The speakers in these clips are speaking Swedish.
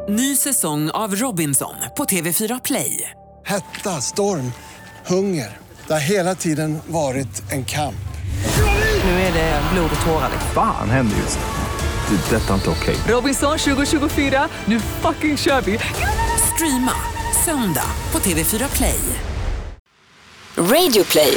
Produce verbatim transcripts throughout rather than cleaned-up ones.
Ny säsong av Robinson på T V fyra Play. Hetta, storm, hunger. Det har hela tiden varit en kamp. Nu är det blod och tårar. Fan händer just det. Det är detta inte okej. Robinson tjugo tjugofyra, nu fucking kör vi. Streama söndag på T V fyra Play. Radio Play.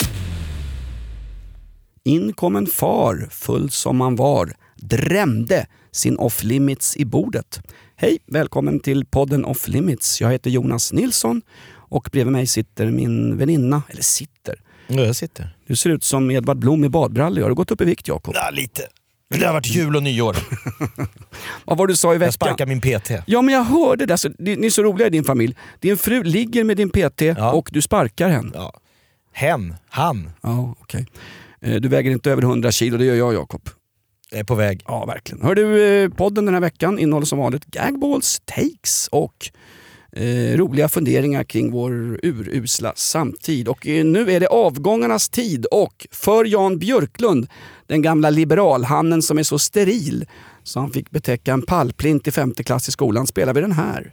In kom en far, full som man var, drämde sin off-limits i bordet. Hej, välkommen till podden Off-limits. Jag heter Jonas Nilsson och bredvid mig sitter min väninna, eller sitter. Ja, jag sitter. Du ser ut som Edvard Blom i badbrallor. Har du gått upp i vikt, Jakob? Ja, lite. Det har varit jul och nyår. Vad var du sa i veckan? Jag sparkar min P T. Ja, men jag hörde det. Alltså, ni är så roliga i din familj. Din fru ligger med din P T Ja. och du sparkar henne. Ja. Hen, han. Ja, okej. Okay. Du väger inte över hundra kilo, det gör jag, Jakob. Jag är på väg. Ja, verkligen. Hör du, podden den här veckan innehåller som vanligt gagballs, takes och eh, roliga funderingar kring vår urusla samtid. Och eh, nu är det avgångarnas tid och för Jan Björklund, den gamla liberalhannen som är så steril så han fick betäcka en pallplint i femte klass i skolan, spelar vi den här.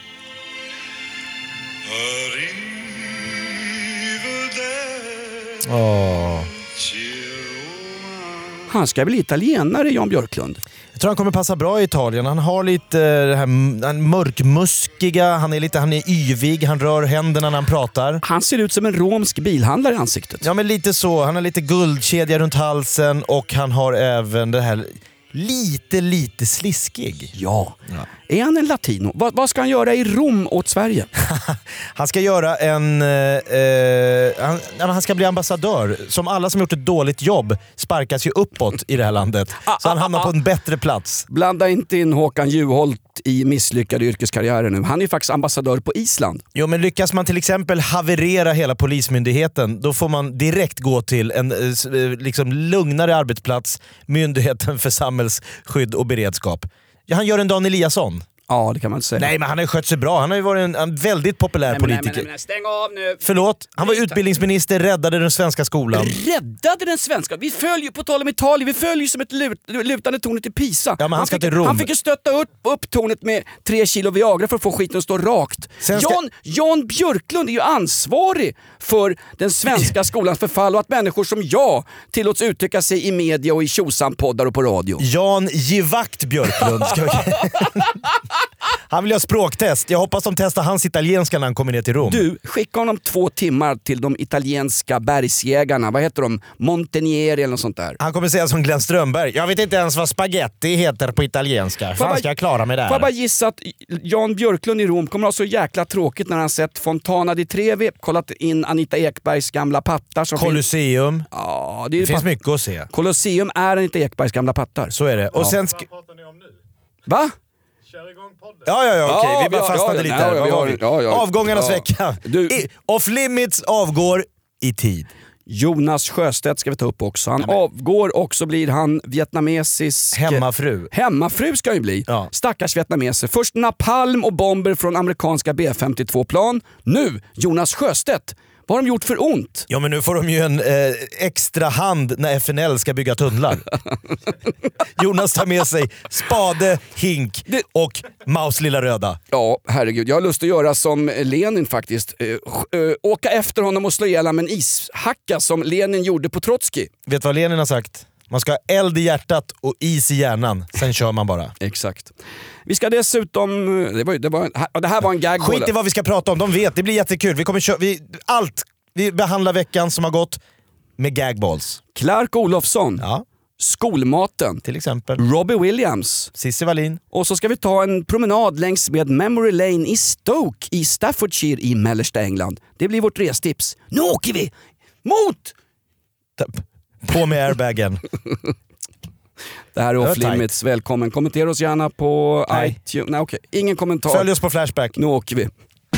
Åh. Han ska bli italienare, Jan Björklund. Jag tror han kommer passa bra i Italien. Han har lite det här han mörkmuskiga, han är lite han är yvig, han rör händerna när han pratar. Han ser ut som en romsk bilhandlare i ansiktet. Ja, men lite så. Han har lite guldkedja runt halsen och han har även det här lite, lite sliskig. Ja. ja. Är han en latino? Vad, vad ska han göra i Rom åt Sverige? Han ska göra en... Eh, han, han ska bli ambassadör. Som alla som gjort ett dåligt jobb sparkas ju uppåt i det här landet. Ah, så han ah, hamnar ah, på en bättre plats. Blanda inte in Håkan Juholt i misslyckade yrkeskarriärer nu. Han är ju faktiskt ambassadör på Island. Jo, men lyckas man till exempel haverera hela polismyndigheten, då får man direkt gå till en liksom lugnare arbetsplats, Myndigheten för samhällsskydd och beredskap. Ja, han gör en Dan Eliasson. Ja, det kan man inte säga. Nej, men han har ju skött sig bra. Han har ju varit en, en väldigt populär nej, men, politiker. Nej, men, nej, stäng av nu. Förlåt, han var utbildningsminister, räddade den svenska skolan. Räddade den svenska? Vi följer på tal om Italien, vi följer som ett lut, lutande tornet i Pisa. Ja, men han, han, fick, till Rom. han fick ju stötta upp, upp tornet med tre kilo Viagra för att få skiten att stå rakt. Sen ska... Jan, Jan Björklund är ju ansvarig för den svenska skolans förfall och att människor som jag tillåts uttrycka sig i media och i tjosan-poddar och på radio. Jan Givakt Björklund. Ska vi... Han vill ha språktest. Jag hoppas de testar hans italienska när han kommer ner till Rom. Du, skicka honom två timmar till de italienska bergsjägarna. Vad heter de? Montenieri eller något sånt där. Han kommer säga som Glenn Strömberg. Jag vet inte ens vad spaghetti heter på italienska. Fan, ska jag klara mig där? Får jag bara gissa att Jan Björklund i Rom kommer att ha så jäkla tråkigt när han sett Fontana di Trevi, kollat in Anita Ekbergs gamla pattar. Som Colosseum. Fin- ja, det, är det finns pat- mycket att se. Colosseum är Anita Ekbergs gamla pattar. Så är det. Och ja. sen sk- Vad pratar ni om nu? Va? Kör igång podden. Ja, ja, ja, okej. Ja, vi bara ja, fastnade ja, lite ja, där. ja, Vad ja, var vi? ja, ja. Avgångarnas Ja. vecka. Du- I, off limits avgår i tid. Jonas Sjöstedt ska vi ta upp också. Han avgår och så blir han vietnamesisk... Hemmafru. Hemmafru ska han ju bli. Ja. Stackars vietnameser. Först napalm och bomber från amerikanska B femtiotvå-plan. Nu Jonas Sjöstedt. Vad har de gjort för ont? Ja, men nu får de ju en eh, extra hand när F N L ska bygga tunnlar. Jonas tar med sig spade, hink och Maus lilla röda. Ja, herregud. Jag har lust att göra som Lenin faktiskt. Äh, äh, åka efter honom och slå ihjäl med en ishacka som Lenin gjorde på Trotsky. Vet du vad Lenin har sagt? Man ska ha eld i hjärtat och is i hjärnan. Sen kör man bara. Exakt. Vi ska dessutom... Det, var, det, var, det här var en gag. Skit i vad vi ska prata om. De vet. Det blir jättekul. Vi kommer köra... Vi, allt. Vi behandlar veckan som har gått med gagballs. Clark Olofsson. Ja. Skolmaten. Till exempel. Robbie Williams. Cissi Wallin. Och så ska vi ta en promenad längs med Memory Lane i Stoke i Staffordshire i mellersta England. Det blir vårt restips. Nu åker vi! Mot! På med airbagen. Det här är Off Limits. Välkommen. Kommentera oss gärna på Nej. iTunes. Nej, okej. Ingen kommentar. Följ oss på Flashback. Nu åker vi.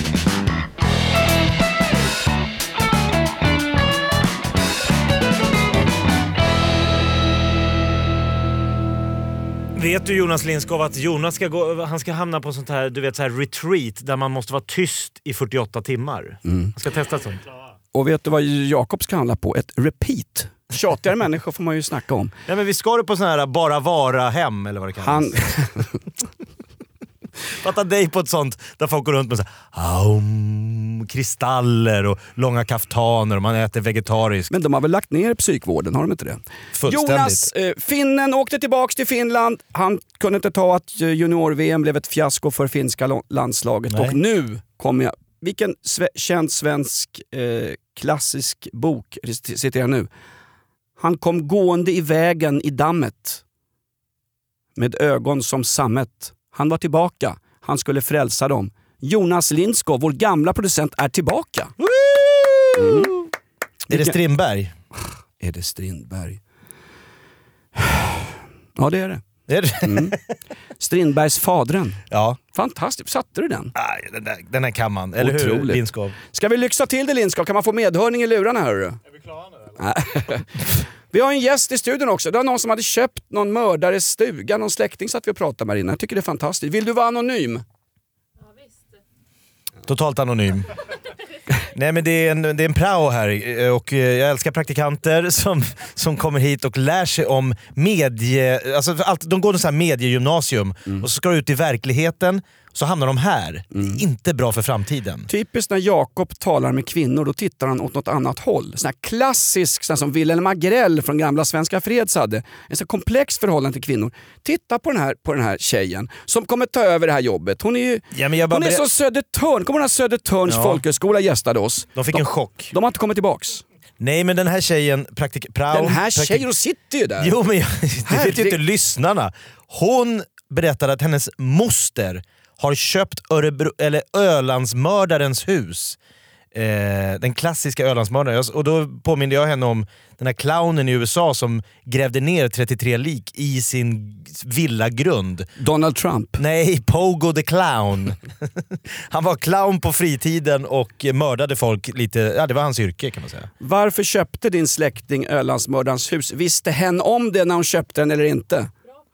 Vet du Jonas Lindskov att Jonas ska gå, han ska hamna på sånt här, du vet, så här retreat där man måste vara tyst i fyrtioåtta timmar. Mm. Han ska testa sånt. Och vet du vad Jakob ska handla på? Ett repeat. Tjatigare människor får man ju snacka om. Nej, men vi ska det på sån här bara vara hem eller vad det kallas. Han... Fatta dig på ett sånt där folk går runt med så här, aum, kristaller och långa kaftaner och man äter vegetariskt. Men de har väl lagt ner psykvården, har de inte det? Fullständigt. Jonas, eh, finnen åkte tillbaks till Finland. Han kunde inte ta att junior-V M blev ett fiasko för finska lo- landslaget. Nej. Och nu kommer jag... Vilken sve- känd svensk eh, klassisk bok, citerar jag nu. Han kom gående i vägen i dammet med ögon som sammet. Han var tillbaka. Han skulle frälsa dem. Jonas Lindskov, vår gamla producent, är tillbaka. Mm. Är det Strindberg? Är det Strindberg? Ja, det är det. Är det? Mm. Strindbergs Fadren. Ja. Fantastiskt. Satte du den? Aj, den, där, den här kan man. Eller hur, Otroligt. Lindskov? Ska vi lyxa till det, Lindskov? Kan man få medhörning i lurarna, hörru? Är vi klara nu, eller? Vi har en gäst i studion också. Det var någon som hade köpt någon mördares stuga, någon släkting, så att vi pratade med innan. Jag tycker det är fantastiskt. Vill du vara anonym? Totalt anonym. Nej, men det är en, det är en prao här och jag älskar praktikanter som, som kommer hit och lär sig om medie... Alltså allt, de går någon sån här mediegymnasium mm. och så ska de ut i verkligheten, så hamnar de här. Mm. Det är inte bra för framtiden. Typiskt när Jakob talar med kvinnor, då tittar han åt något annat håll. Sån här klassisk, sån som Wilhelm Agrell från gamla Svenska Freds hade. En sån komplex förhållande till kvinnor. Titta på den här, på den här tjejen som kommer ta över det här jobbet. Hon är ju ja, men jag bara hon är ber- så Södertörn. Kommer den här Södertörns ja. folkhögskola gästade oss. De fick de, en chock. De har inte kommit tillbaks. Nej, men den här tjejen, praktik, prao, Den här praktik- tjejen sitter ju där. Jo, men jag, det vet ju inte lyssnarna. Hon berättade att hennes moster har köpt Örebro, eller Ölandsmördarens hus. Eh, den klassiska Ölandsmördaren. Och då påminner jag henne om den här clownen i U S A som grävde ner trettiotre lik i sin villagrund. Donald Trump. Nej, Pogo the Clown. Han var clown på fritiden och mördade folk lite. Ja, det var hans yrke kan man säga. Varför köpte din släkting Ölandsmördarens hus? Visste hen om det när hon köpte den eller inte?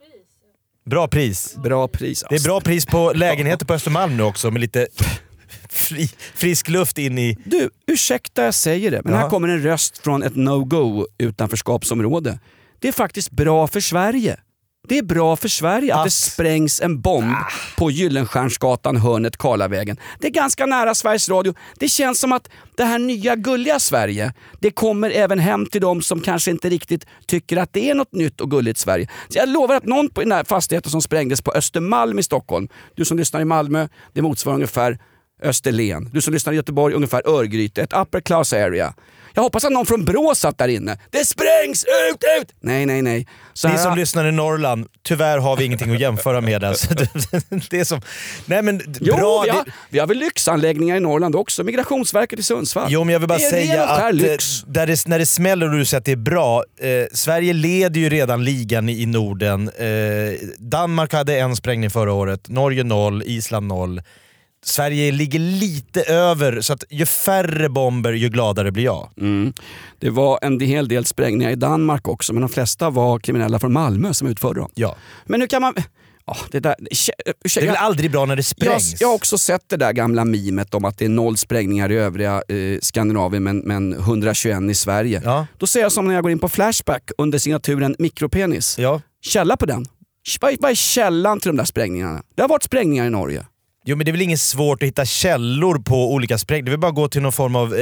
Bra pris. Bra pris. Det är bra pris på lägenheter på Östermalm nu också med lite fri, frisk luft in i... Du, ursäkta jag säger det, men ja. här kommer en röst från ett no-go utanförskapsområde. Det är faktiskt bra för Sverige. Det är bra för Sverige att, att det sprängs en bomb ah. på Gyllenstiernsgatan, hörnet Karlavägen. Det är ganska nära Sveriges Radio. Det känns som att det här nya gulliga Sverige, det kommer även hem till dem som kanske inte riktigt tycker att det är något nytt och gulligt Sverige. Så jag lovar att någon på den här fastigheten som sprängdes på Östermalm i Stockholm, du som lyssnar i Malmö, det motsvarar ungefär Österlen. Du som lyssnar i Göteborg, ungefär Örgryte, ett upper class area. Jag hoppas att någon från Brå satt där inne. Det sprängs ut, ut! Nej, nej, nej. Så Ni här, som lyssnar i Norrland, tyvärr har vi ingenting att jämföra med. Alltså. Det är som... Nej, men jo, bra, vi, har, det... vi har väl lyxanläggningar i Norrland också. Migrationsverket i Sundsvall. Jo, men jag vill bara det säga att lyx. där det, när det smäller och du säger att det är bra. Eh, Sverige leder ju redan ligan i, i Norden. Eh, Danmark hade en sprängning förra året. Norge noll, Island noll. Sverige ligger lite över, så att ju färre bomber ju gladare blir jag. Mm. Det var en hel del sprängningar i Danmark också, men de flesta var kriminella från Malmö som utförde dem. Ja. Men nu kan man... Oh, det, där, det är väl aldrig bra när det sprängs? Jag, jag har också sett det där gamla mimet om att det är noll sprängningar i övriga eh, Skandinavien men, men hundratjugoett i Sverige. Ja. Då säger jag som när jag går in på Flashback under signaturen mikropenis. Ja. Källa på den. Vad, vad är källan till de där sprängningarna? Det har varit sprängningar i Norge. Jo, men det är väl inget svårt att hitta källor på olika sprängningar. Det vill bara gå till någon form av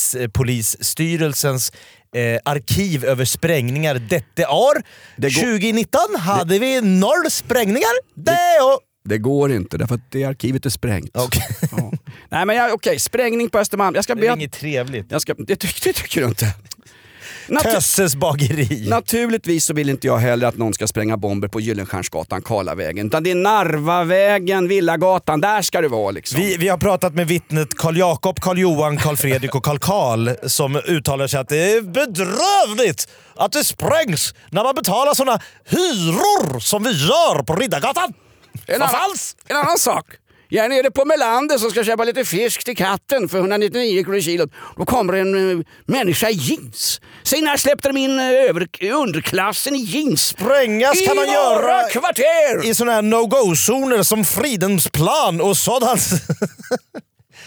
Rikspolisstyrelsens eh, arkiv över sprängningar. Detta år, det tjugonitton, hade det... vi noll sprängningar. Det, det, det går inte, därför att det arkivet är sprängt. Okay. Ja. Nej, men okej, okay, sprängning på Östermalm. Jag ska det är be... inget trevligt. Jag ska... det, ty- det tycker du inte. Natu- Tösses bageri. Naturligtvis så vill inte jag heller att någon ska spränga bomber på Gyllenstiernsgatan, Karlavägen. Utan det är Narvavägen, Villagatan, där ska det vara liksom. Vi, vi har pratat med vittnet Karl Jakob, Karl Johan, Karl Fredrik och Karl Karl som uttalar sig att det är bedrövligt att det sprängs när man betalar såna hyror som vi gör på Riddargatan. En annan, en annan sak. Jag är nere på Melander som ska köpa lite fisk till katten för etthundranittionio kronor kilot. Då kommer en uh, människa i jeans. Sen när släppte de in uh, över, underklassen i jeans. Sprängas I kan man göra kvarter. i såna här no-go-zoner som Fridhemsplan och sådant.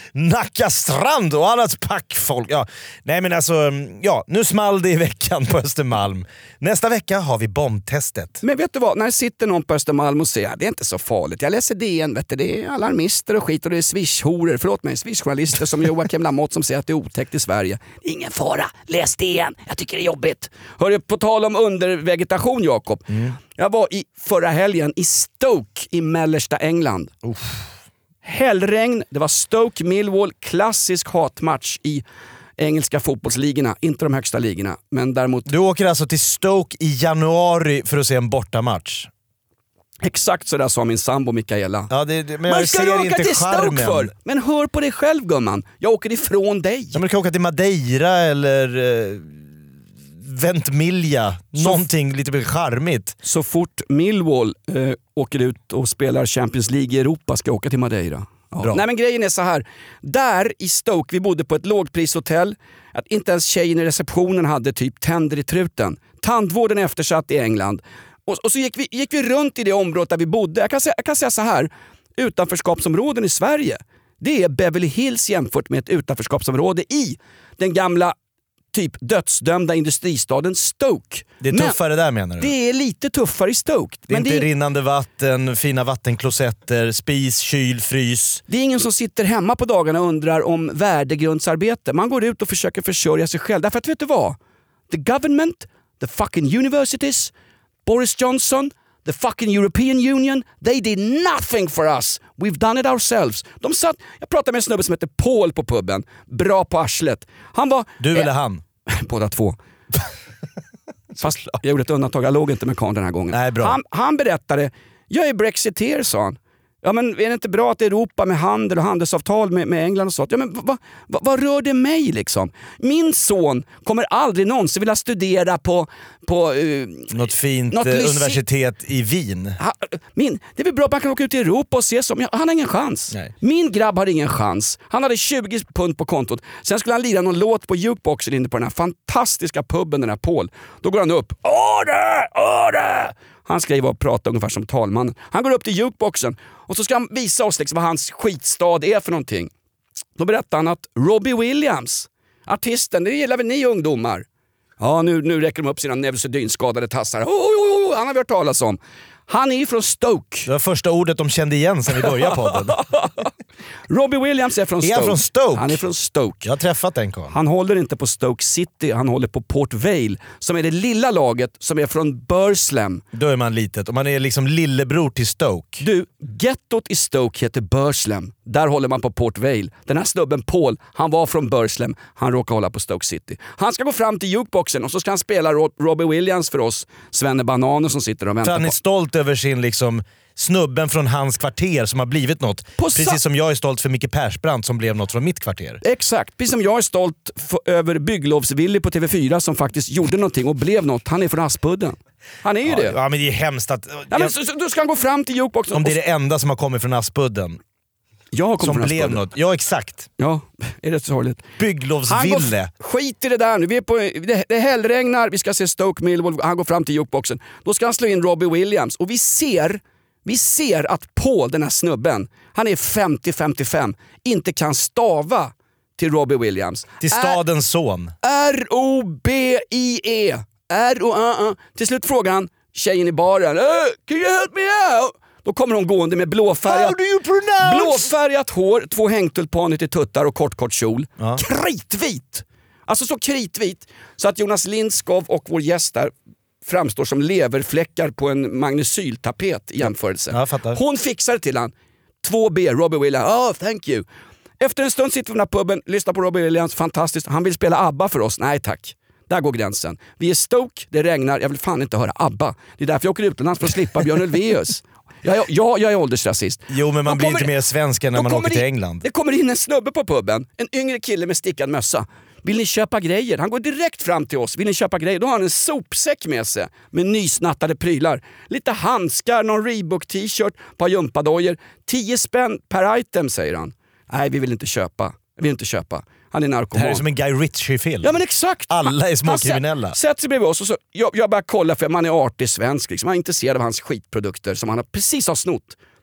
Nacka strand och annat packfolk. Ja. Nej men alltså, ja, nu small det i veckan på Östermalm. Nästa vecka har vi bombtestet. Men vet du vad, när det sitter någon på Östermalm och säger det är inte så farligt. Jag läser D N, vet du, det är alarmister och skit och det är swishhorer, förlåt mig, swishjournalister som Joakim Lamotte som säger att det är otäckt i Sverige. Ingen fara, läs D N, jag tycker det är jobbigt. Hörru, på tal om undervegetation Jakob. Mm. Jag var i förra helgen i Stoke i mellersta England. Uff. Hällregn, det var Stoke Millwall, klassisk hatmatch i engelska fotbollsligorna, inte de högsta ligorna, men däremot... Du åker alltså till Stoke i januari för att se en bortamatch? Exakt så där sa min sambo Mikaela. Ja, det, det, men man jag ska ser åka inte till charmen. Stoke för. Men hör på dig själv gumman, jag åker ifrån dig. Ja, men du kan åka till Madeira eller eh, Ventimiglia, någonting lite mer charmigt. Så fort Millwall eh, åker ut och spelar Champions League i Europa ska jag åka till Madeira. Ja. Nej men grejen är så här. Där i Stoke, vi bodde på ett lågprishotell. Att inte ens tjejen i receptionen hade typ tänder i truten. Tandvården är eftersatt i England. Och, och så gick vi, gick vi runt i det området där vi bodde. Jag kan säga, jag kan säga så här. Utanförskapsområden i Sverige. Det är Beverly Hills jämfört med ett utanförskapsområde i den gamla typ dödsdömda industristaden Stoke. Det är tuffare men där menar du? Det är lite tuffare i Stoke. Det är men inte det är... rinnande vatten, fina vattenklosetter, spis, kyl, frys. Det är ingen som sitter hemma på dagarna och undrar om värdegrundsarbete. Man går ut och försöker försörja sig själv. Därför att vet du vad? The government, the fucking universities, Boris Johnson, the fucking European Union, they did nothing for us. We've done it ourselves. De satt, jag pratade med en snubbe som heter Paul på puben. Bra på arslet. Han var... Du eh, eller han? Båda två. Fast jag gjorde ett undantag, jag låg inte med karln den här gången. Nej, bra. Han, han berättade, jag är brexiteer, sa han. Ja men är det inte bra att Europa med handel och handelsavtal med, med England och så? Ja men vad va, va, va rör det mig liksom? Min son kommer aldrig någonsin vilja studera på... på uh, något fint något uh, universitet i Wien. Ha, min, det är väl bra att man kan åka ut i Europa och se som. Han har ingen chans. Nej. Min grabb har ingen chans. Han hade tjugo pund på kontot. Sen skulle han lira någon låt på jukeboxen inne på den här fantastiska puben, den här Paul. Då går han upp. Order! Order! Han skrev och pratade ungefär som talmannen. Han går upp till jukeboxen och så ska han visa oss liksom vad hans skitstad är för någonting. Då berättar han att Robbie Williams, artisten, det gillar väl ni ungdomar? Ja, nu, nu räcker de upp sina neurosedynskadade tassar. Oh, oh, oh, han har vi hört talas om. Han är ju från Stoke. Det var första ordet de kände igen sen vi började podden. Robbie Williams är från Stoke. Är han från Stoke? Han är från Stoke. Jag har träffat den karln. Han håller inte på Stoke City, han håller på Port Vale som är det lilla laget som är från Burslem. Då är man litet och man är liksom lillebror till Stoke. Du, gettot i Stoke heter Burslem. Där håller man på Port Vale. Den här snubben Paul, han var från Burslem. Han råkar hålla på Stoke City. Han ska gå fram till jukeboxen och så ska han spela Rob- Robbie Williams för oss Svenne Bananer som sitter och väntar. För han är på. stolt över sin liksom snubben från hans kvarter som har blivit något. På precis sa- som jag är stolt för Micke Persbrandt som blev något från mitt kvarter. Exakt, precis som jag är stolt f- över Bygglovsvillig på T V fyra som faktiskt gjorde någonting och blev något. Han är från Aspudden. Han är ju Ja, det. ja men det är hemskt att... Ja, men så, så, då ska han gå fram till jukeboxen. Om det är det enda som har kommit från Aspudden. Jag har kommit Som från blev Aspudden. något. Ja exakt. Ja, är det så sorgligt? Bygglovsville. F- skit i det där nu. Vi är på, det, det hällregnar, vi ska se Stoke Millwall. Han går fram till jukeboxen. Då ska han slå in Robbie Williams. Och vi ser, vi ser att Paul, den här snubben, han är femtio femtiofem, inte kan stava till Robbie Williams. Till stadens son. R O B I E. R O A A. Till slut frågar han tjejen i baren. Hey, can you help me out? Då kommer hon gående med blåfärgat, How do you pronounce? blåfärgat hår, två hängtulpaner till tuttar och kort kort kjol. Ja. Kritvit! Alltså så kritvit så att Jonas Lindskov och vår gäst där framstår som leverfläckar på en magnesyltapet i jämförelse. Ja, jag fattar. Hon fixar det till han. två B, Robbie Williams. Oh, thank you. Efter en stund sitter vi på den här puben, lyssnar på Robbie Williams, fantastiskt. Han vill spela ABBA för oss. Nej tack. Där går gränsen. Vi är Stoke, det regnar, jag vill fan inte höra ABBA. Det är därför jag åker utomlands för att slippa Björn Ulvaeus. Jag, jag, jag, jag är åldersrasist. Jo men man Då blir kommer inte det- mer svensk än när då man kommer åker till det- England. Det kommer in en snubbe på puben, en yngre kille med stickad mössa. Vill ni köpa grejer? Han går direkt fram till oss. Vill ni köpa grejer? Då har han en sopsäck med sig med nysnattade prylar. Lite handskar, någon Reebok t-shirt, par gympadojor. Tio spänn per item, säger han. Nej, vi vill inte köpa. Vi vill inte köpa. Han är Det narkoman. här är som en Guy Ritchie-film. Ja men exakt. Alla är små Han sä- kriminella. Sätter sig bredvid oss och så, jag, jag bara kollar för man är artig svensk liksom. Man är intresserad av hans skitprodukter som han har precis har snott.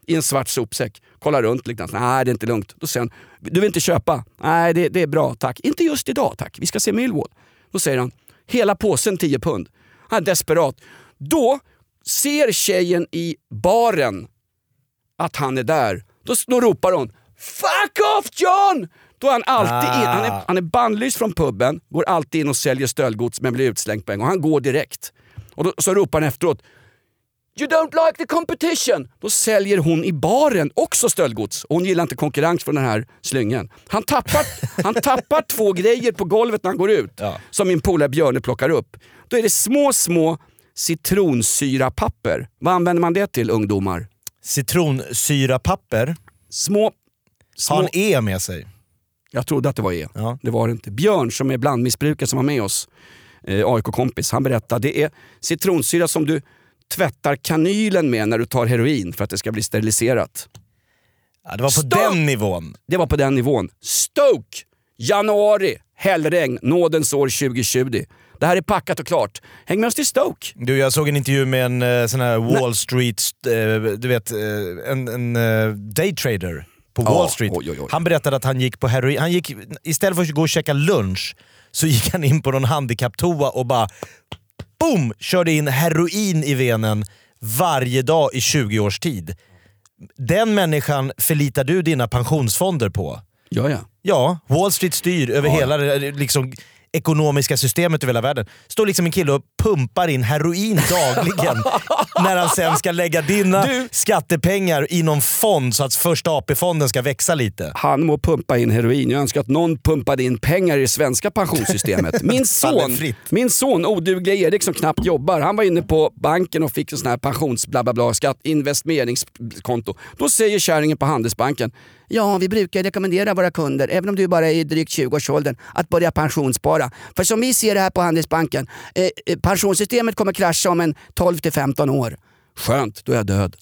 i en svart sopsäck. Kollar runt lite. Nej, det är inte lugnt. Då säger han, du vill inte köpa? Nej, det, det är bra, tack. Inte just idag, tack. Vi ska se Millwall. Då säger han, hela påsen tio pund. Han är desperat. Då ser tjejen i baren att han är där. Då, då ropar hon, fuck off John! Då är han alltid ah. in. Han är, han är bannlyst från puben, går alltid in och säljer stöldgods men blir utslängd på en gång. Han går direkt. Och då, så ropar han efteråt, you don't like the competition! Då säljer hon i baren också stöldgods. Och hon gillar inte konkurrens från den här slyngen. Han tappar, han tappar två grejer på golvet när han går ut. Ja. Som min polare Björne plockar upp. Då är det små, små citronsyrapapper. Vad använder man det till, ungdomar? Citronsyrapapper? Små, små... Har han E med sig? Jag trodde att det var E. Ja. Det var det inte. Björn som är blandmissbrukare som var med oss, eh, A I K-kompis, han berättade det är citronsyra som du tvättar kanylen med när du tar heroin för att det ska bli steriliserat. Ja, det var på Stoke! den nivån. Det var på den nivån. Stoke, januari, hällregn, nådens år tjugo tjugo. Det här är packat och klart. Häng med oss till Stoke. Du, jag såg en intervju med en uh, sån här Wall Nej. Street, uh, du vet, uh, en, en uh, daytrader på Wall ja, Street. Oj, oj, oj. Han berättade att han gick på heroin. Han gick, istället för att gå och käka lunch så gick han in på någon handikapptoa och bara boom, körde in heroin i venen varje dag i tjugo års tid. Den människan förlitar du dina pensionsfonder på? Ja, ja. Ja, Wall Street styr över ja. hela liksom, ekonomiska systemet över hela världen. Står liksom en kille och pumpar in heroin dagligen när han sen ska lägga dina du, skattepengar i någon fond så att första A P-fonden ska växa lite. Han må pumpa in heroin. Jag önskar att någon pumpade in pengar i det svenska pensionssystemet. Min son, min son odugliga Erik som knappt jobbar, han var inne på banken och fick en sån här pensions bla bla bla skatt, investeringskonto. Då säger kärringen på Handelsbanken, ja, vi brukar rekommendera våra kunder, även om du bara är i drygt tjugo-årsåldern, att börja pensionsspara. För som vi ser det här på Handelsbanken, eh, pensionssystemet kommer krascha om en tolv till femton år. Skönt, då är jag död.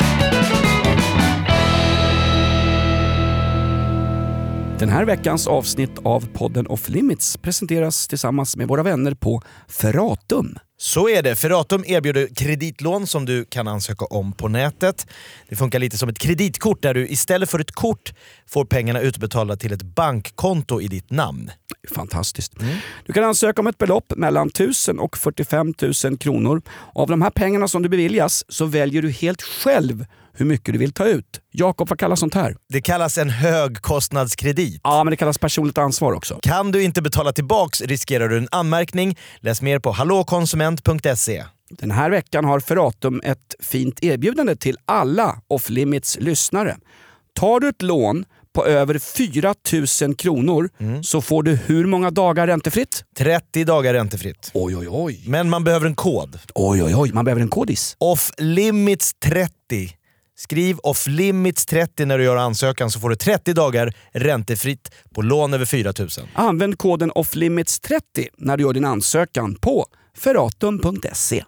Den här veckans avsnitt av podden Off Limits presenteras tillsammans med våra vänner på Ferratum. Så är det. Ferratum erbjuder kreditlån som du kan ansöka om på nätet. Det funkar lite som ett kreditkort där du istället för ett kort får pengarna utbetalda till ett bankkonto i ditt namn. Fantastiskt. Mm. Du kan ansöka om ett belopp mellan tusen och fyrtiofem tusen kronor. Av de här pengarna som du beviljas så väljer du helt själv hur mycket du vill ta ut. Jakob, vad kallas sånt här? Det kallas en högkostnadskredit. Ja, men det kallas personligt ansvar också. Kan du inte betala tillbaks riskerar du en anmärkning. Läs mer på hallå konsument punkt se. Den här veckan har Ferratum ett fint erbjudande till alla Off Limits lyssnare. Tar du ett lån på över fyra tusen kronor mm. så får du hur många dagar räntefritt? trettio dagar räntefritt. Oj, oj, oj. Men man behöver en kod. Oj, oj, oj. Man behöver en kodis. Off Limits trettio. Skriv Off Limits trettio när du gör ansökan så får du trettio dagar räntefritt på lån över fyra tusen. Använd koden Off Limits trettio när du gör din ansökan på ferratum punkt se.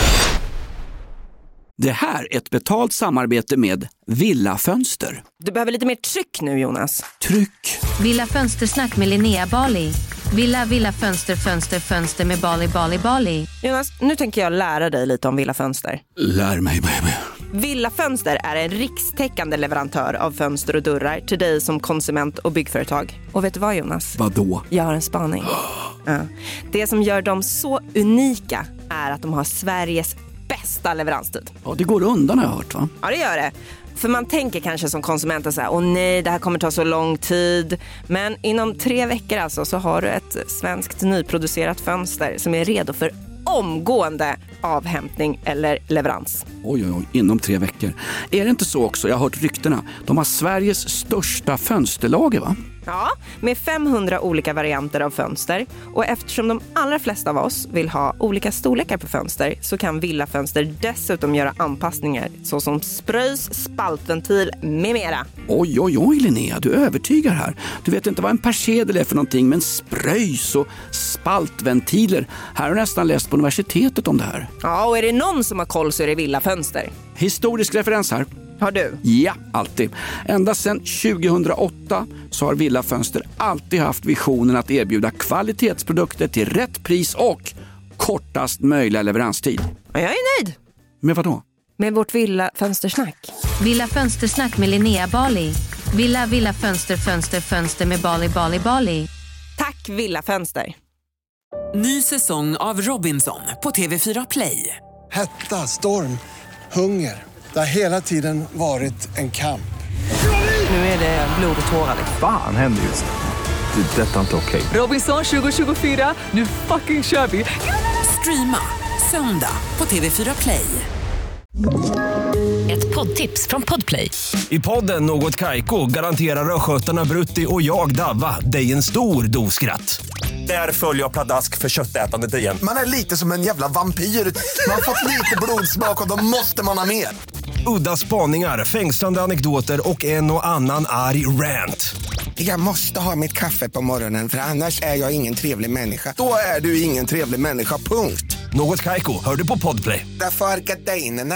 Det här är ett betalt samarbete med Villa Fönster. Du behöver lite mer tryck nu, Jonas. Tryck. Villa Fönstersnack med Linnea Bali. Villa, Villa Fönster, Fönster, Fönster med Bali, Bali, Bali. Jonas, nu tänker jag lära dig lite om Villa Fönster. Lär mig, baby. Villa Fönster är en rikstäckande leverantör av fönster och dörrar till dig som konsument och byggföretag. Och vet du vad, Jonas? Vadå? Jag har en spaning. Ja. Det som gör dem så unika är att de har Sveriges bästa leveranstid. Ja, det går undan har jag hört, va? Ja, det gör det. För man tänker kanske som konsument så här, åh nej, det här kommer ta så lång tid. Men inom tre veckor alltså så har du ett svenskt nyproducerat fönster som är redo för omgående avhämtning eller leverans. Oj, oj, oj, inom tre veckor. Är det inte så också? Jag har hört ryktena. De har Sveriges största fönsterlager, va? Ja, med femhundra olika varianter av fönster. Och eftersom de allra flesta av oss vill ha olika storlekar på fönster så kan Villa Fönster dessutom göra anpassningar såsom spröjs, spaltventil med mera. Oj, oj, oj Linnea, du övertygar här. Du vet inte vad en persedel är för någonting, men spröjs och spaltventiler. Här har jag nästan läst på universitetet om det här. Ja, och är det någon som har koll så är det Villa Fönster. Historisk referens här. Har du? Ja, alltid. Ända sedan tjugohundraåtta så har Villa Fönster alltid haft visionen att erbjuda kvalitetsprodukter till rätt pris och kortast möjliga leveranstid. Ja, jag är nöjd. Men vadå? med vårt Villa Fönstersnack. Villa Fönstersnack med Linnea Bali. Villa, villa, fönster, fönster, fönster med Bali, Bali, Bali. Tack Villa Fönster. Ny säsong av Robinson på T V fyra Play. Hetta, storm, hunger. Det har hela tiden varit en kamp. Nu är det blod och tårar. Fan händer just det. Det är detta inte okej. Robinson tjugo tjugofyra, nu fucking kör vi. Streama söndag på T V fyra Play. Ett poddtips från Podplay. I podden Något Kaiko garanterar östgötarna Brutti och jag Davva dig en stor doskratt. Där följer jag pladask för köttätandet igen. Man är lite som en jävla vampyr. Man har fått lite blodsmak och då måste man ha mer. Udda spaningar, fängslande anekdoter och en och annan arg rant. Jag måste ha mitt kaffe på morgonen för annars är jag ingen trevlig människa. Då är du ingen trevlig människa, punkt. Något Kaiko, hör du på Podplay. Därför är gardinerna.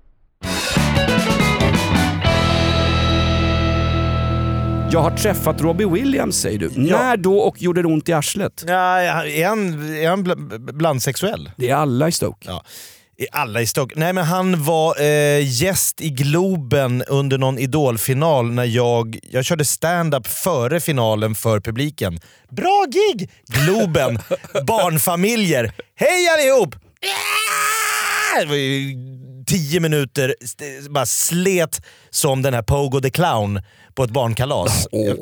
Jag har träffat Robbie Williams, säger du. Ja. När då och gjorde det ont i arslet? Ja, är han, är han bl- blandsexuell? Det är alla i Stoke. Ja. Alla i Stoke. Nej, men han var eh, gäst i Globen under någon idolfinal när jag, jag körde stand-up före finalen för publiken. Bra gig! Globen, barnfamiljer. Hej allihop! Det var ju tio minuter bara slet som den här Pogo the Clown på ett barnkalas. Oh.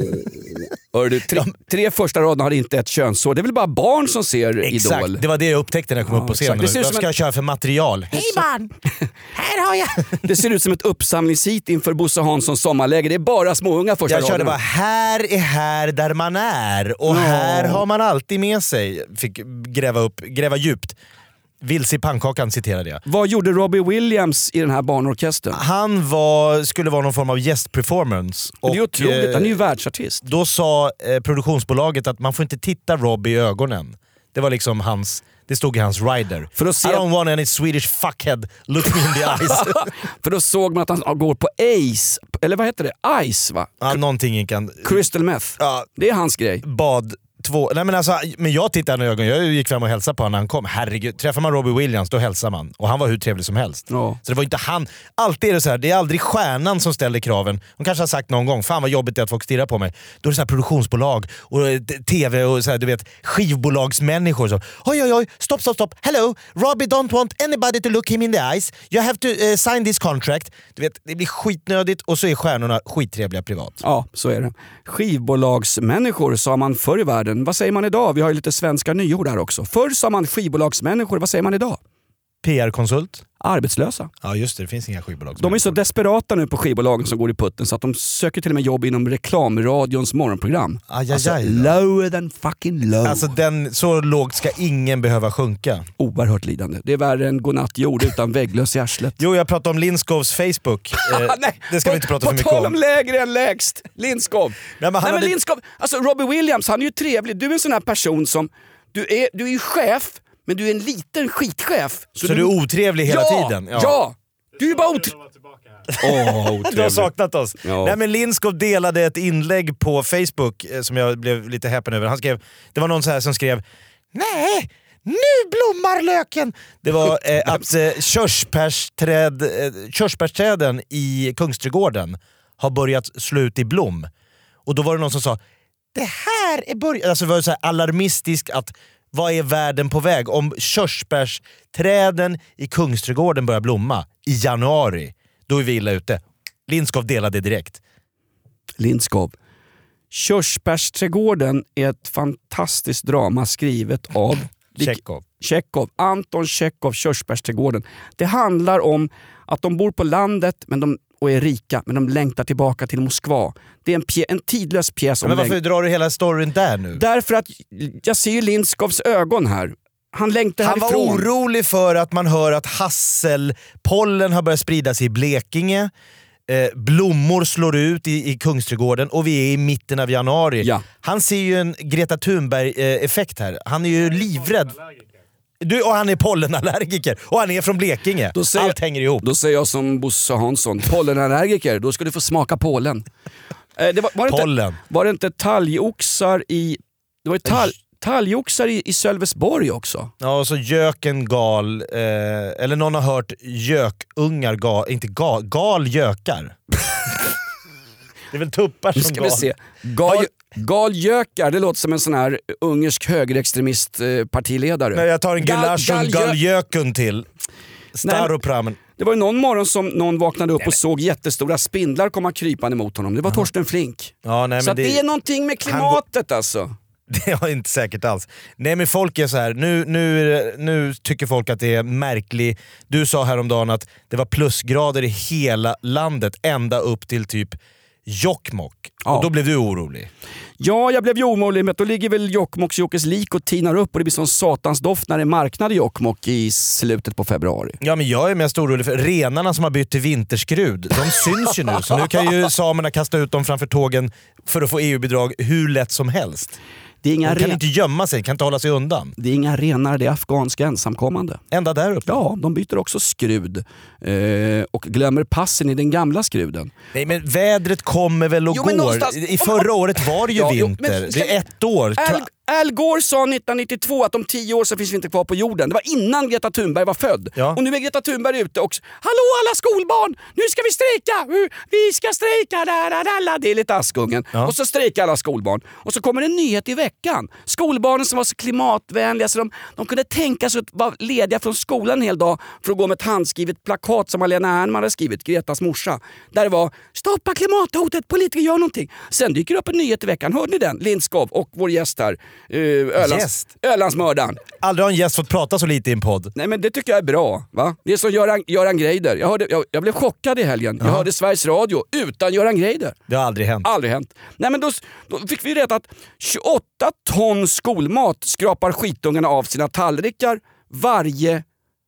Hör du, tre, tre första raderna har inte ett könshår. Det är väl bara barn som ser exakt, Idol. Det var det jag upptäckte när jag kom ja, upp på scenen. Vad ska en... jag köra för material? Hej barn! Här har jag! Det ser ut som ett uppsamlingshit inför Bosse Hanssons sommarläger. Det är bara småunga första jag raderna. Jag körde bara, här är här där man är. Och oh. här har man alltid med sig. Fick gräva upp, gräva djupt. Vilse i pannkakan citerade jag. Vad gjorde Robbie Williams i den här barnorkestern? Han var, skulle vara någon form av gästperformance. Det är otroligt, han är ju världsartist. Då sa eh, produktionsbolaget att man får inte titta Robbie i ögonen. Det var liksom hans, det stod i hans rider. För att se... I don't want any Swedish fuckhead look me in the eyes. För då såg man att han går på Ace, eller vad heter det? Ice va? Ja, någonting kan... Crystal meth. Ja. Det är hans grej. Bad... Två, nej men, alltså, men jag tittade i ögonen, jag gick fram och hälsade på honom när han kom. Herregud, träffar man Robbie Williams då hälsar man. Och han var hur trevlig som helst. Ja. Så det var inte han. Alltid är det så här, det är aldrig stjärnan som ställer kraven. De kanske har sagt någon gång, fan vad jobbigt det är att folk stirrar på mig. Då är det så här produktionsbolag och tv och så här, du vet, skivbolagsmänniskor så. Oj oj oj, stopp stopp stopp. Hello, Robbie don't want anybody to look him in the eyes. You have to uh, sign this contract. Du vet, det blir skitnödigt och så är stjärnorna skittrevliga privat. Ja, så är det. Skivbolagsmänniskor sa man förr i världen. Vad säger man idag? Vi har ju lite svenska nyord här också. Förr sa man skivbolagsmänniskor. Vad säger man idag? P R-konsult. Arbetslösa. Ja just det, det finns inga skivbolag. De är så desperata nu på skivbolagen som går i putten så att de söker till och med jobb inom reklamradions morgonprogram. Aj, aj, alltså aj, lower than fucking low. Alltså den, så lågt ska ingen behöva sjunka. Oerhört lidande. Det är värre än godnattjord utan vägglös i arslet. Jo, jag pratar om Lindskovs Facebook. eh, Nej, det ska på, vi inte prata på för mycket om. På tal om lägre än lägst. Lindskov. Nej, men, Nej, men hade... Lindskov, alltså Robbie Williams, han är ju trevlig. Du är en sån här person som, du är, du är ju chef, men du är en liten skitchef. Så, så du är otrevlig hela ja, tiden? Ja, ja. Du är bara otrevlig. Oh, du har saknat oss. Ja. Nej, men Lindskov delade ett inlägg på Facebook eh, som jag blev lite häpen över. Han skrev, det var någon så här som skrev: nej, nu blommar löken. Det var eh, att eh, körsbärsträd, eh, körsbärsträden i Kungsträdgården har börjat slå ut i blom. Och då var det någon som sa, det här är början. Alltså det var så här alarmistisk att vad är världen på väg? Om körsbärsträden i Kungsträdgården börjar blomma i januari, då är vi illa ute. Lindskov delade direkt. Lindskov. Körsbärsträdgården är ett fantastiskt drama skrivet av Tjechov. Tjechov. Anton Tjechov, Körsbärsträdgården. Det handlar om att de bor på landet men de, och är rika, men de längtar tillbaka till Moskva. Det är en, pjä, en tidlös pjäs. Men varför drar du hela storyn där nu? Därför att jag ser ju Lindskovs ögon här. Han längtar Han härifrån. var orolig för att man hör att hasselpollen har börjat sprida sig i Blekinge. Eh, blommor slår ut i, i Kungsträdgården och vi är i mitten av januari. Ja. Han ser ju en Greta Thunberg-effekt här. Han är ju livrädd. Du, och han är pollenallergiker och han är från Blekinge. Då säger, Allt hänger ihop. Då säger jag som Bosse Hansson, pollenallergiker, då ska du få smaka pollen. Eh, det var, var, det pollen. Inte, var det inte talgoxar i... Det var ju tal, talgoxar i, i Sölvesborg också. Ja, och så göken gal, eh, eller någon har hört gökungar gal, inte gal, gal gökar. Det är väl tuppar som ska gal. Vi se. Gal, galjökar, det låter som en sån här ungersk högerextremist eh, partiledare. Nej, jag tar en gulasch och en Galjö- galjökun till. Staropramen. Det var ju någon morgon som någon vaknade upp och såg jättestora spindlar komma krypande mot honom. Det var Torsten Flink. Ja, nej, så men att det... det är någonting med klimatet går... alltså. Det är inte säkert alls. Nej, men folk är så här. Nu, nu, nu tycker folk att det är märkligt. Du sa häromdagen att det var plusgrader i hela landet ända upp till typ Jokkmokk. Ja. Och då blev du orolig. Ja, jag blev ju orolig, men då ligger väl Jokkmokks Jokkes lik och tinar upp och det blir sån satans doft när det marknad i Jokkmokk i slutet på februari. Ja, men jag är mest orolig för renarna som har bytt till vinterskrud. De syns ju nu, så nu kan ju samerna kasta ut dem framför tågen för att få E U-bidrag hur lätt som helst. Det är inga de kan ren... inte gömma sig, kan inte hålla sig undan. Det är inga renar, det är afghanska ensamkommande. Ända där uppe? Ja, de byter också skrud. Eh, och glömmer passen i den gamla skruden. Nej, men vädret kommer väl och jo, går. någonstans... I förra året var det ju ja, vinter. Jo, men... Det är ett år. Al, Al Gore sa nittonhundranittiotvå att om tio år så finns vi inte kvar på jorden. Det var innan Greta Thunberg var född. Ja. Och nu är Greta Thunberg ute och hallå alla skolbarn, nu ska vi strejka. Vi ska strejka. Där, det är lite Askungen. Ja. Och så strejkar alla skolbarn. Och så kommer en nyhet i veckan. Skolbarnen som var så klimatvänliga så de, de kunde tänka sig att vara lediga från skolan en hel dag för att gå med ett handskrivet plakat som Malena Ernman hade skrivit, Gretas morsa. Där det var stoppa klimathotet, politiker gör någonting. Sen dyker det upp en nyhet i veckan. Hörde ni den? Lindskov och vår gäst här. Uh, Ölands, Ölandsmördaren. Aldrig har en gäst fått prata så lite i en podd. Nej, men det tycker jag är bra. Va? Det är som Göran, Göran Greider. Jag, hörde, jag, jag blev chockad i helgen. Jag Aha. hörde Sveriges Radio utan Göran Greider. Det har aldrig hänt. Aldrig hänt. Nej, men då, då fick vi veta att tjugoåtta ton skolmat skrapar skitungarna av sina tallrikar varje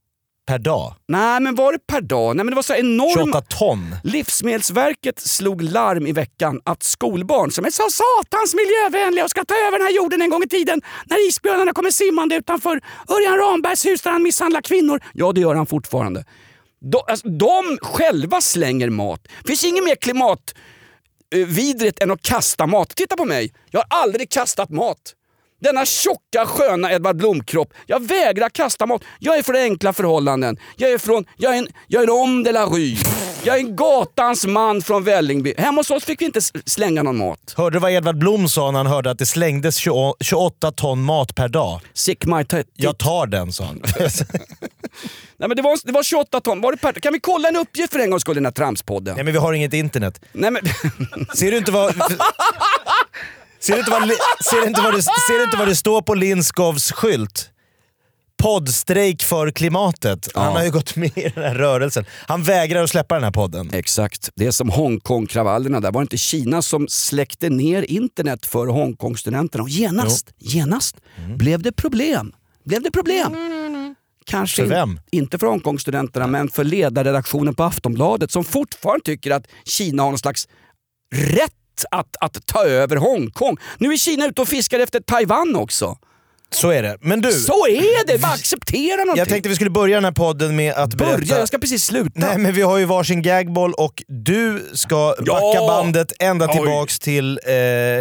per dag? Nej, men var det per dag? Nej, men det var så enorm... tjugoåtta ton? Livsmedelsverket slog larm i veckan att skolbarn som är så satans miljövänliga och ska ta över den här jorden en gång i tiden när isbjörnarna kommer simmande utanför Örjan Rambergs hus där han misshandlar kvinnor. Ja, det gör han fortfarande. De, alltså, de själva slänger mat. Det finns inget mer klimat uh, vidrigt än att kasta mat. Titta på mig. Jag har aldrig kastat mat. Denna tjocka, sköna Edvard Blom-kropp. Jag vägrar kasta mat. Jag är för enkla förhållanden. Jag är från... Jag är en, jag är en homme de la rue. Jag är en gatans man från Vällingby. Hemma hos oss fick vi inte slänga någon mat. Hörde du vad Edvard Blom sa när han hörde att det slängdes tjugoåtta ton mat per dag? Sick my t- Jag tar den, sa han. Nej, men det var, det var tjugoåtta ton. Var det per... Kan vi kolla en uppgift för en gång skulle den här tramspodden? Nej, men vi har inget internet. Nej, men... Ser du inte vad... Ser du inte vad, ser du inte vad, det, ser du inte vad det står på Lindskovs skylt? Poddstrejk för klimatet. Ja. Han har ju gått med i den här rörelsen. Han vägrar att släppa den här podden. Exakt. Det är som Hongkong-kravallerna. Där var det inte Kina som släckte ner internet för Hongkong-studenterna. Och genast, jo. genast mm. blev det problem. Blev det problem. Kanske för vem? In, inte för Hongkong-studenterna, men för ledarredaktionen på Aftonbladet som fortfarande tycker att Kina har någon slags rätt Att, att ta över Hongkong. Nu är Kina ute och fiskar efter Taiwan också. Så är det. Men du... Så är det! Bara acceptera någonting. Jag tänkte vi skulle börja den här podden med att berätta... Börja? Jag ska precis sluta. Nej, men vi har ju varsin gagboll och du ska backa ja! bandet ända tillbaks Oj. till... Eh,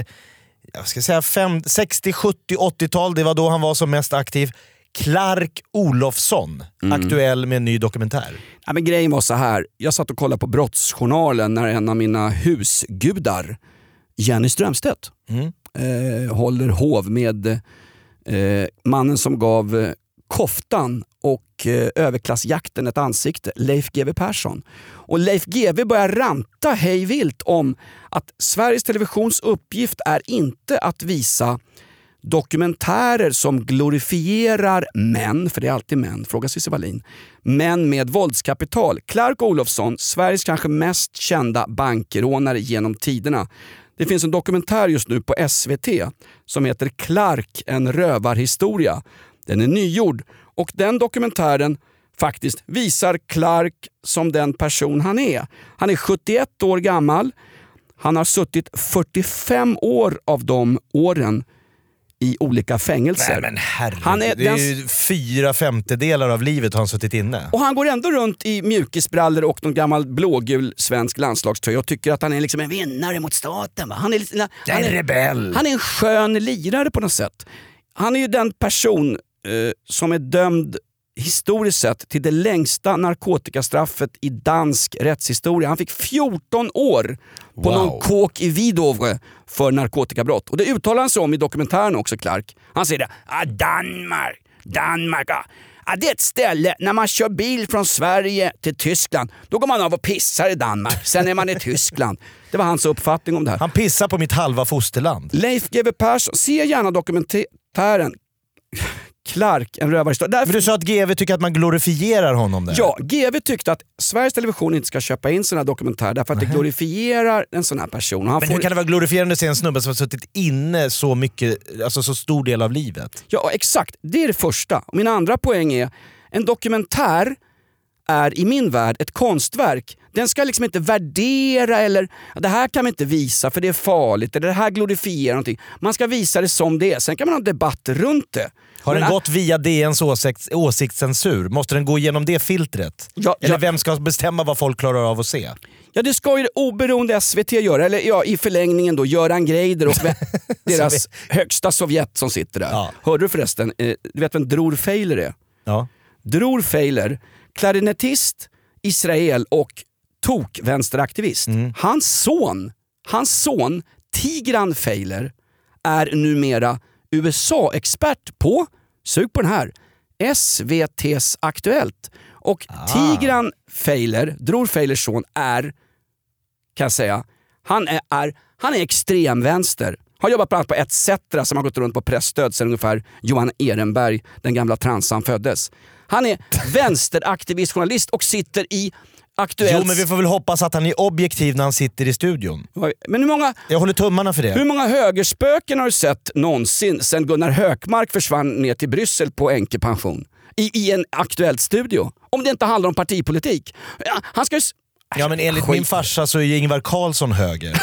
jag ska säga fem, sextio, sjuttio, åttiotal. Det var då han var som mest aktiv. Clark Olofsson, mm. aktuell med en ny dokumentär. Ja, men grejen var så här. Jag satt och kollade på Brottsjournalen när en av mina husgudar, Jenny Strömstedt, mm. eh, håller hov med eh, mannen som gav eh, koftan och eh, överklassjakten ett ansikte, Leif G W Persson. Och Leif G W börjar ranta hejvilt om att Sveriges Televisions uppgift är inte att visa dokumentärer som glorifierar män, för det är alltid män, fråga Cissi Wallin, män med våldskapital. Clark Olofsson, Sveriges kanske mest kända bankrånare genom tiderna. Det finns en dokumentär just nu på S V T som heter Clark, en rövarhistoria. Den är nygjord och den dokumentären faktiskt visar Clark som den person han är. Han är sjuttioett år gammal. Han har suttit fyrtiofem år av de åren i olika fängelser. Nej, men herregud, han är, det är ju fyra femtedelar av livet har han suttit inne. Och han går ändå runt i mjukisbrallor och någon gammal blågul svensk landslagströja och tycker att han är liksom en vinnare mot staten. Va? Han är, han är, en rebell. Han är en skön lirare på något sätt. han är ju den person eh, som är dömd historiskt sett till det längsta narkotikastraffet i dansk rättshistoria. Han fick fjorton år på Wow. någon kåk i Hvidovre för narkotikabrott. Och det uttalar han sig om i dokumentären också, Clark. Han säger det. Ah, Danmark, Danmark. Ah. Ah, det är ett ställe när man kör bil från Sverige till Tyskland. Då går man av och pissar i Danmark. Sen är man i Tyskland. Det var hans uppfattning om det här. Han pissar på mitt halva fosterland. Leif G W Persson, se gärna dokumentären Clark, en rövarhistoria. Därför... Men du sa att G W tycker att man glorifierar honom där. Ja, G W tyckte att Sveriges Television inte ska köpa in såna här dokumentärer därför att det glorifierar en sån här person. Han Men får... hur kan det vara glorifierande att se en snubbe som har suttit inne så mycket, alltså så stor del av livet? Ja, exakt. Det är det första. Och min andra poäng är, en dokumentär är i min värld ett konstverk. Den ska liksom inte värdera eller det här kan man inte visa för det är farligt eller det här glorifierar någonting. Man ska visa det som det är. Sen kan man ha debatt runt det. Har Men den ä- gått via D N:s åsikts, åsiktscensur? Måste den gå igenom det filtret? Ja, Eller ja. vem ska bestämma vad folk klarar av att se? Ja, det ska ju det oberoende S V T göra. Eller ja, i förlängningen då Göran Greider och deras högsta Sovjet som sitter där. Ja. Hörde du förresten, eh, du vet vem Dror Feiler är? Ja. Dror Feiler, klarinettist, Israel och tok-vänsteraktivist. Mm. Hans son, hans son Tigran Feiler är numera U S A-expert på, sug på den här, S V T:s Aktuellt. Och Ah. Tigran Feiler, Dror Feilers son, är, kan jag säga, han är, är, han är extremvänster. Har jobbat bland annat på ett cetera som har gått runt på pressstöd sedan ungefär Johan Ehrenberg, den gamla transan, föddes. Han är vänsteraktivist, journalist och sitter i Aktuellt. Jo, men vi får väl hoppas att han är objektiv när han sitter i studion. Men hur många, Jag håller tummarna för det. hur många högerspöken har du sett någonsin sen Gunnar Hökmark försvann ner till Bryssel på änkepension? I, I en Aktuellt studio. Om det inte handlar om partipolitik. Ja, han ska ju... Ja, men enligt Skit. min farsa så är ju Ingvar Carlsson höger.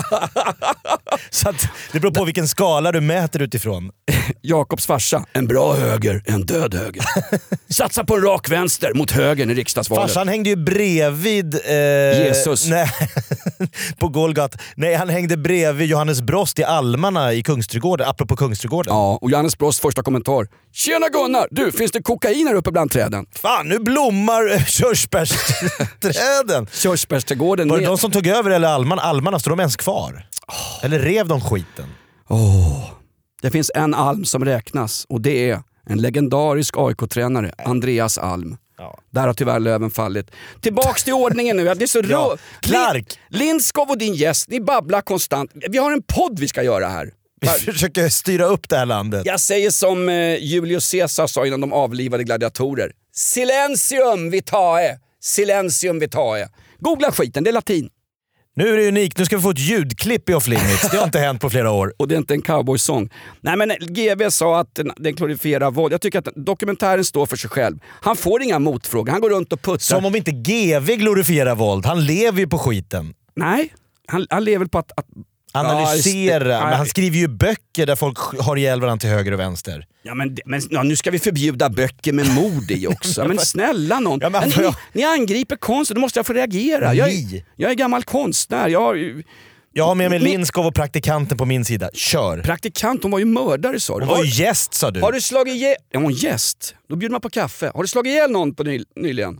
Så att det beror på vilken skala du mäter utifrån. Jakobs farsa, en bra höger, en död höger. Satsa på en rak vänster mot högern i riksdagsvalet. Farsan hängde ju bredvid... Eh, Jesus. Nej, på Golgat. Nej, han hängde bredvid Johannes Brost i Almarna i Kungsträdgården, apropå Kungsträdgården. Ja, och Johannes Brosts första kommentar. Tjena Gunnar, du, finns det kokain här uppe bland träden? Fan, nu blommar körsbärsträden. Körsbärsträdgården. Var det ner- de som tog över eller Alman, Almarna? Står de ens kvar? Eller rev de skiten? Åh, det finns en alm som räknas och det är en legendarisk A I K-tränare, Andreas Alm. Ja. Där har tyvärr löven fallit. Tillbaks till ordningen nu. Det är så Ja, rå... Clark. Lin- Lindskov och din gäst, ni babblar konstant. Vi har en podd vi ska göra här. Vi försöker styra upp det här landet. Jag säger som eh, Julius Caesar sa innan de avlivade gladiatorer. Silentium vitae. Silentium vitae. Googla skiten, det är latin. Nu är det unikt, nu ska vi få ett ljudklipp i Off Limits. Det har inte hänt på flera år. Och det är inte en cowboysång. Nej, men G W sa att den, den glorifierar våld. Jag tycker att dokumentären står för sig själv. Han får inga motfrågor. Han går runt och puttar. Som om inte G W glorifierar våld. Han lever ju på skiten. Nej, han, han lever på att... att Analysera. Ja, men han skriver ju böcker där folk har ihjäl varandra till höger och vänster. Ja, men, men ja, nu ska vi förbjuda böcker med mord i också. Men snälla någon. Ja, men men, får ni, jag- ni angriper konsten, då måste jag få reagera. Jag Ni? är, jag är gammal konstnär. Jag har, Jag har med mig Ni- Lindskov och praktikanten på min sida. Kör. praktikant, hon var ju mördare sa du. Hon var Har, ju gäst sa du. har du slagit ihjäl... Ja, hon gäst. Då bjuder man på kaffe. Har du slagit ihjäl någon på ny, nyligen?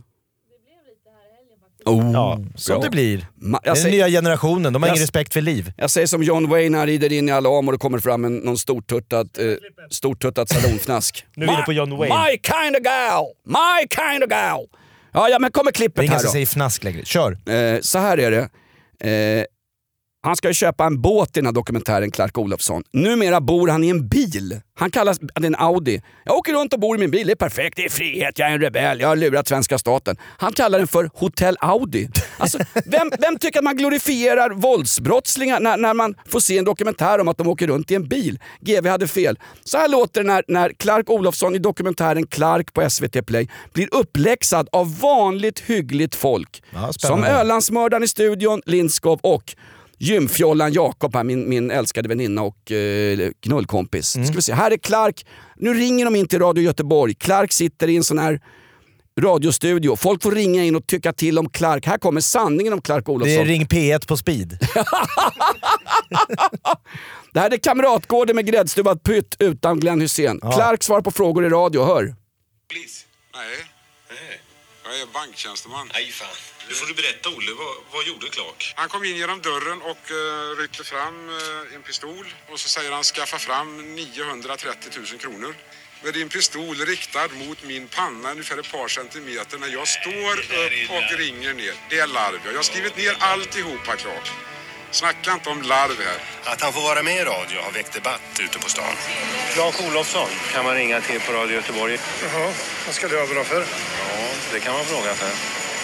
Oh, Ja, som bra. det blir. Ma- Det är jag, den säger, nya generationen, de har Jag- ingen respekt för liv. jag säger som John Wayne när han rider in i Alam och det kommer fram en, någon stortuttat, eh, stortuttat salonfnask. Nu är vi inne på John Wayne. My kind of gal! My kind of gal! Ja, ja men kommer Det är klippet ingen här som då. säger fnask längre. Kör. Eh, så här är det. Eh, han ska ju köpa en båt i den här dokumentären, Clark Olofsson. Numera bor han i en bil. Han kallas, det är en Audi. Jag åker runt och bor i min bil, det är perfekt, det är frihet, jag är en rebell, jag har lurat svenska staten. Han kallar den för Hotel Audi. Alltså, vem, vem tycker att man glorifierar våldsbrottslingar när, när man får se en dokumentär om att de åker runt i en bil? G W hade fel. Så här låter det när, när Clark Olofsson i dokumentären Clark på S V T Play blir uppläxad av vanligt hyggligt folk. Ja, Som spännande. Ölandsmördaren i studion, Lindskov och gymfjollan Jakob, här, min, min älskade väninna och eh, knullkompis. Mm. Ska vi se, här är Clark. Nu ringer de in till Radio Göteborg. Clark sitter i en sån här radiostudio. Folk får ringa in och tycka till om Clark. Här kommer sanningen om Clark Det är Olofsson. Ring P ett på speed. Det här är Kamratgården med gräddstuvad pytt utan Glenn Hysén. Ja. Clark svarar på frågor i radio, hör. Polis? Nej. Nej. Jag är banktjänsteman. Nej fan. Nu får du berätta, Olle. Vad, vad gjorde Clark? Han kom in genom dörren och uh, ryckte fram uh, en pistol. Och så säger han skaffa fram niohundratrettio tusen kronor. Med din pistol riktad mot min panna ungefär ett par centimeter när jag står upp och ringer ner. Det är larv. Jag har skrivit ner alltihopa, Clark. Snacka inte om larv här. Att han får vara med i radio har väckt debatt ute på stan. Clark Olofsson kan man ringa till på Radio Göteborg. Jaha, vad ska det vara bra för? Ja, det kan man fråga för.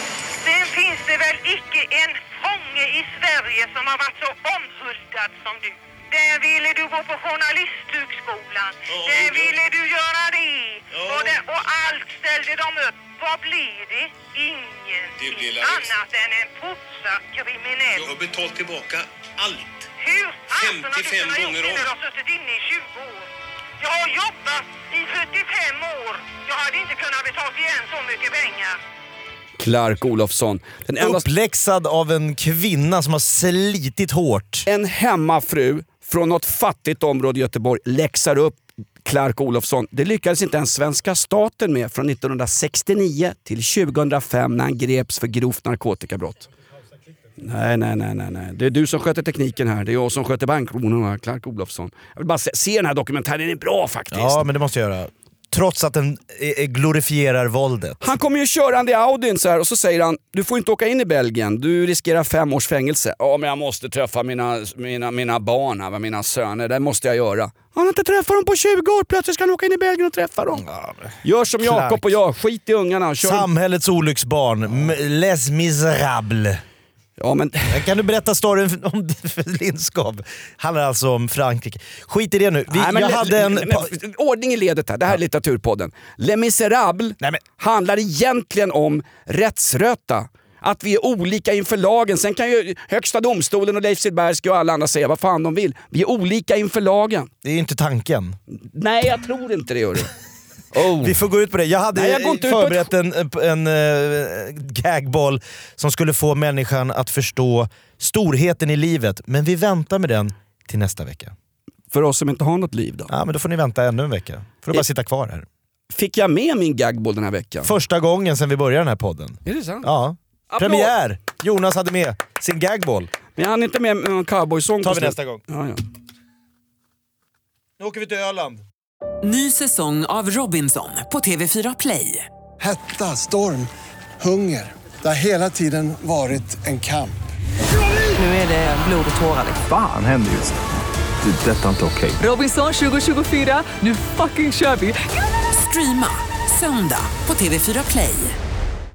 Sen finns det väl icke en fånge i Sverige som har varit så omhuldad som du. Där ville du gå på journalisthögskolan. Ja, där det. ville du göra det. Ja. Och, det. Och allt ställde de upp. Vad blir det? Ingenting det annat än en fortsatt kriminell. Jag har betalt tillbaka allt. Hur? femtiofem gånger om. Jag har suttit inne i tjugo år. Jag har jobbat i fyrtiofem år. Jag hade inte kunnat betala igen så mycket pengar. Clark Olofsson. Den enda... Uppläxad av en kvinna som har slitit hårt. En hemmafru från något fattigt område i Göteborg läxar upp Clark Olofsson. Det lyckades inte ens svenska staten med från nittonhundrasextionio till tjugohundrafem när han greps för grovt narkotikabrott. Nej, nej, nej, nej, nej. Det är du som sköter tekniken här. Det är jag som sköter bankronorna, Clark Olofsson. Jag vill bara se, se den här dokumentären, den är bra faktiskt. Ja, men det måste jag göra. Trots att den glorifierar våldet. Han kommer ju körande i Audin så här och så säger han: du får inte åka in i Belgien, du riskerar fem års fängelse. Ja, men jag måste träffa mina, mina, mina barn här, mina söner, det måste jag göra. Han har inte träffat dem på tjugo år, plötsligt ska han åka in i Belgien och träffa dem. Ja, Gör som Clark. Jakob och jag, skit i ungarna. Kör. Samhällets olycksbarn, ja. Les Misérables. Ja, men... Kan du berätta storyn om Lindskov? Handlar alltså om Frankrike. Skit i det nu. Vi, Nej, men jag le, hade en... le, men, ordning i ledet här. Det här är Litteraturpodden. Les Misérables Nej, men... handlar egentligen om rättsröta. Att vi är olika inför lagen. Sen kan ju Högsta domstolen och Leif Silbersky och alla andra säga vad fan de vill. Vi är olika inför lagen. Det är ju inte tanken. Nej, jag tror inte det, gör det. Oh. Vi får gå ut på det. Jag hade Nej, jag förberett en, en, en uh, gagboll som skulle få människan att förstå storheten i livet. Men vi väntar med den till nästa vecka. För oss som inte har något liv då? Ja, men då får ni vänta ännu en vecka. Får du bara sitta kvar här. Fick jag med min gagboll den här veckan? Första gången sedan vi började den här podden. Är det sant? Ja. Premiär! Jonas hade med sin gagboll. Men jag hann inte med en cowboysång. Tar vi nästa gång. Ja, ja. Nu åker vi till Öland. Ny säsong av Robinson på T V fyra Play. Hetta, storm, hunger. Det har hela tiden varit en kamp. Nu är det blod och tårar. Fan händer just det. Det är detta inte okej. Robinson tjugo tjugofyra, nu fucking kör vi. Streama söndag på T V fyra Play.